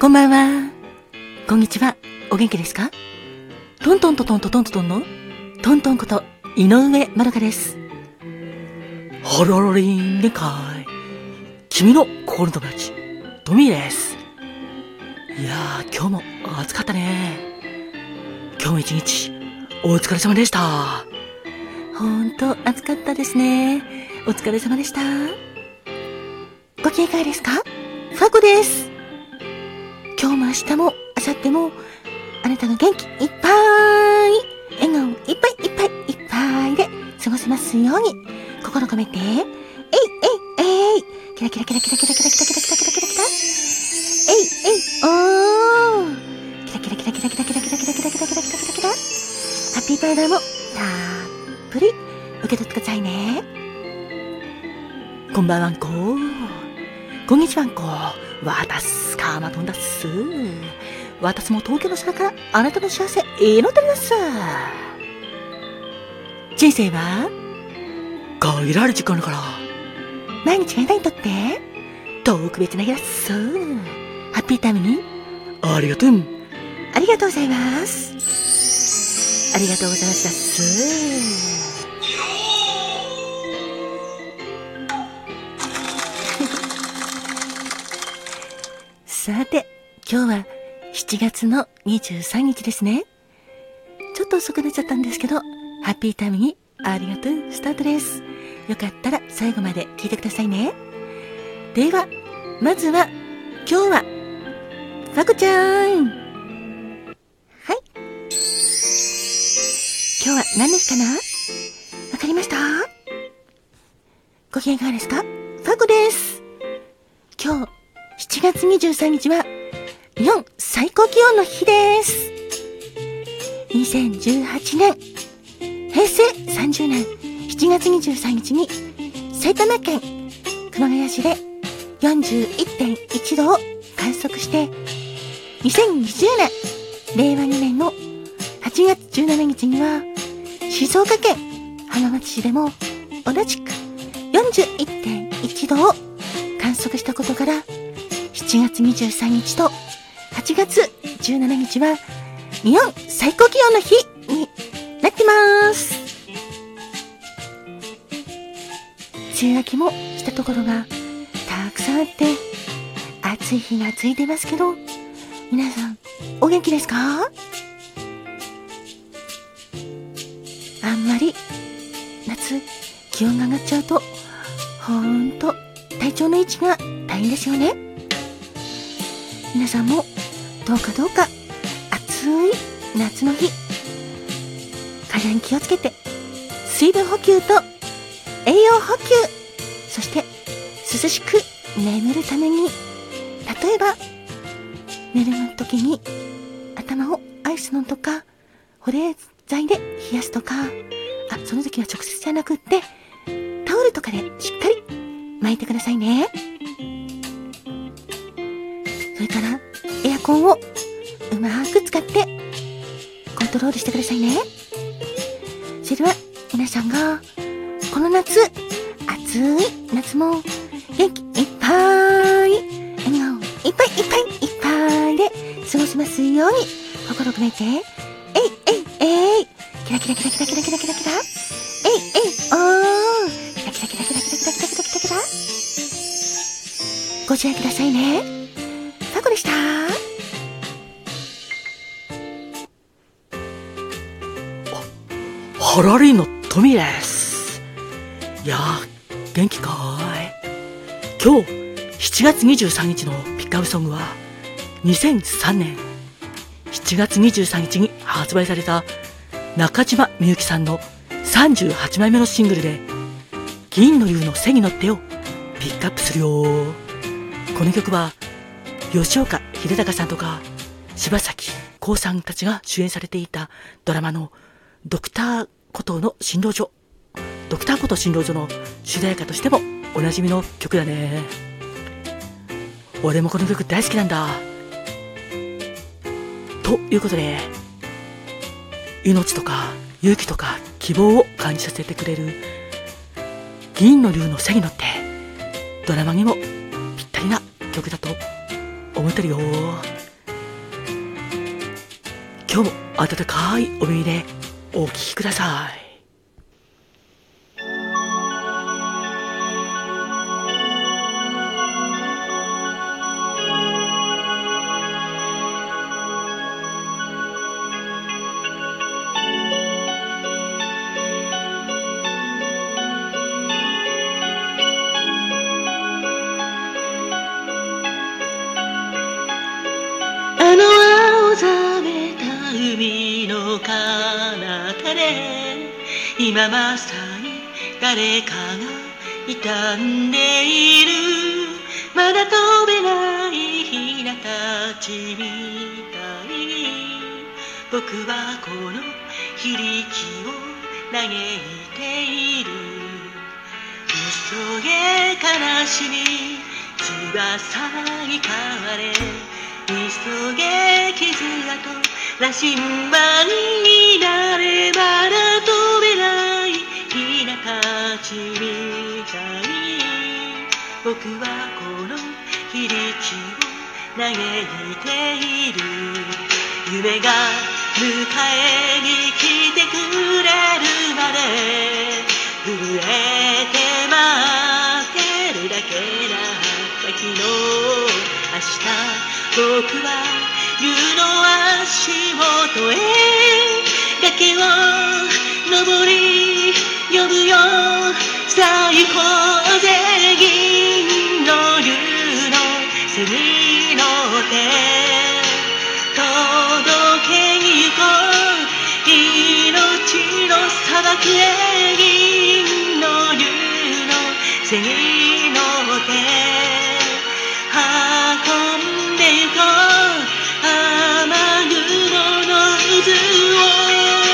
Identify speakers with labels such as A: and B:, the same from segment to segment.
A: こんばんは。こんにちは。お元気ですか？トントンとトンとトンとトンのトントンこと井上まどかです。ハロリンでかい。君の心の友達、トミーです。いやー、今日も暑かったね。今日も一日お疲れ様でした。ほんと暑かったですね。お疲れ様でした。ご機嫌いかがですか？ファコです。今日も明日も明後日もあなたが元気いっぱい、笑顔いっぱいいっぱいいっぱいで過ごせますように心込めて、えいえいえい、キラキラキラキラキラキラキラキラキラキラキラキラ、えいえいおー、キラキラキラキラキラキラキラキラキラキラキラキラキラキラ、ハッピーパウダーもたっぷり受け取ってくださいね。こんばんはんこ、こんにちはんこ、わたすかまとんだっす。私も東京の空からあなたの幸せ祈っております。人生は限られる時間だから毎日があなたにとって特別な日だっす。ハッピータイムにありがとう。ありがとうございます。ありがとうございましたっす。さて、今日は7月の23日ですね。ちょっと遅くなっちゃったんですけど、ハッピータイムにありがとうスタートです。よかったら最後まで聞いてくださいね。では、まずは今日はファコちゃん。はい。今日は何の日かな？わかりました？ご機嫌いかがですか？ファコです。今日7月23日は日本最高気温の日です。2018年平成30年7月23日に埼玉県熊谷市で 41.1 度を観測して、2020年令和2年の8月17日には静岡県浜松市でも同じく 41.1 度を観測したことから、7月23日と8月17日は日本最高気温の日になってます。梅雨明けもしたところがたくさんあって、暑い日が続いていますけど、皆さんお元気ですか？あんまり夏気温が上がっちゃうとほんと体調の位置が大変ですよね。皆さんもどうか暑い夏の日、体に気をつけて水分補給と栄養補給、そして涼しく眠るために、例えば寝る時に頭をアイスのとか保冷剤で冷やすとか、その時は直接じゃなくってタオルとかでしっかり巻いてくださいね。それからエアコンをうまく使ってコントロールしてくださいね。それでは皆さんがこの夏、暑い夏も元気いっぱい、笑顔いっぱいいっぱいいっぱいで過ごせますように心込めて、えいえいえい、キラキラキラキラキラキラキラキラ、えいえいおー、キラキラキラキラキラキラキラキラキラキラキラ、ご自愛くださいね。ファコでした。ハラリーのトミーです。いやー、元気かーい。今日7月23日のピックアップソングは2003年7月23日に発売された中島みゆきさんの38枚目のシングルで、銀の竜の背に乗ってをピックアップするよー。この曲は吉岡秀隆さんとか柴咲コウさんたちが主演されていたドラマのドクターコトーの診療所の主題歌としてもおなじみの曲だね。俺もこの曲大好きなんだ。ということで、命とか勇気とか希望を感じさせてくれる銀の竜の背に乗って、ドラマにもぴったりな曲だと思ってるよ。 今日も温かいお耳でお聞きください。
B: 海の彼方で今まさに誰かが傷んでいる。まだ飛べないヒナたちみたいに僕はこの非力を嘆いている。急げ悲しみ翼に変われ、急げ傷跡羅針盤になれ、まだ飛べないヒナたちみたいに僕はこの非力を嘆いている。夢が迎えに来てくれるまで震えて待ってるだけだった昨日。明日僕は竜の足元へ崖を登り呼ぶよ。さあ行こうぜ銀の竜の背に乗って届けに行こう命の砂漠へ。銀の竜の背に乗って運んで行こう雨雲の渦を。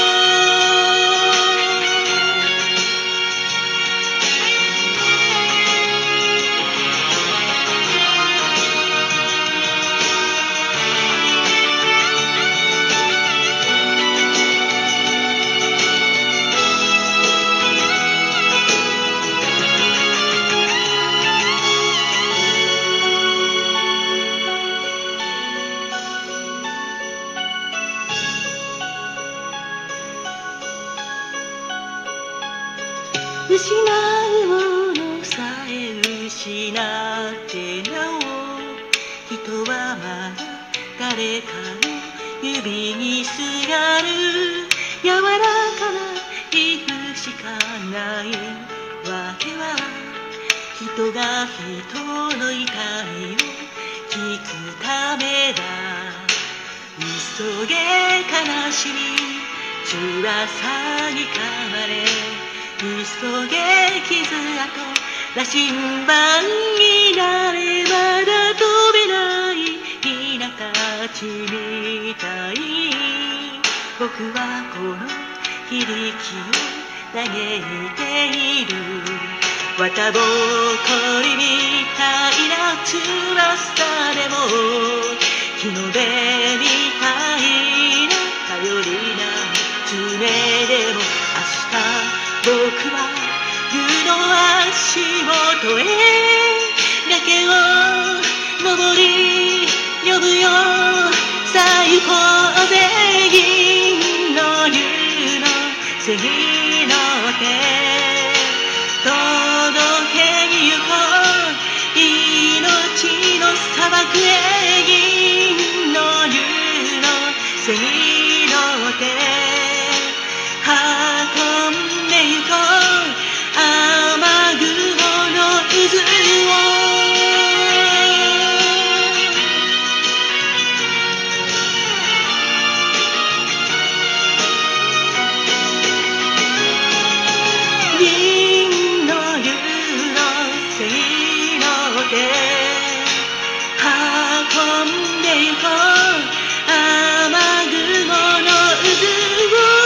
B: 失うものさえ失ってなお人はまだ誰かの指にすがる。柔らかな皮膚しかないわけは人が人の痛みを聞くためだ。急げ悲しみ翼に変われ、急げ傷跡羅針盤になれ、まだ飛べないヒナたちみたいに僕はこの非力を嘆いている。綿ぼこりみたいな翼でも日の出みたいな頼りない爪でも僕は竜の足元へ崖を登り呼ぶよ。さあ行こうぜ銀の竜の背に乗って届けに行こう命の砂漠へ。銀の竜の背に乗って運んで行こう雨雲の渦を。銀の竜の背に乗って運んで行こう雨雲の渦を。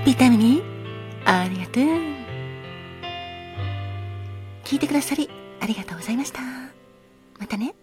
A: ッピータイムにありがとう。聞いてくださりありがとうございました。またね。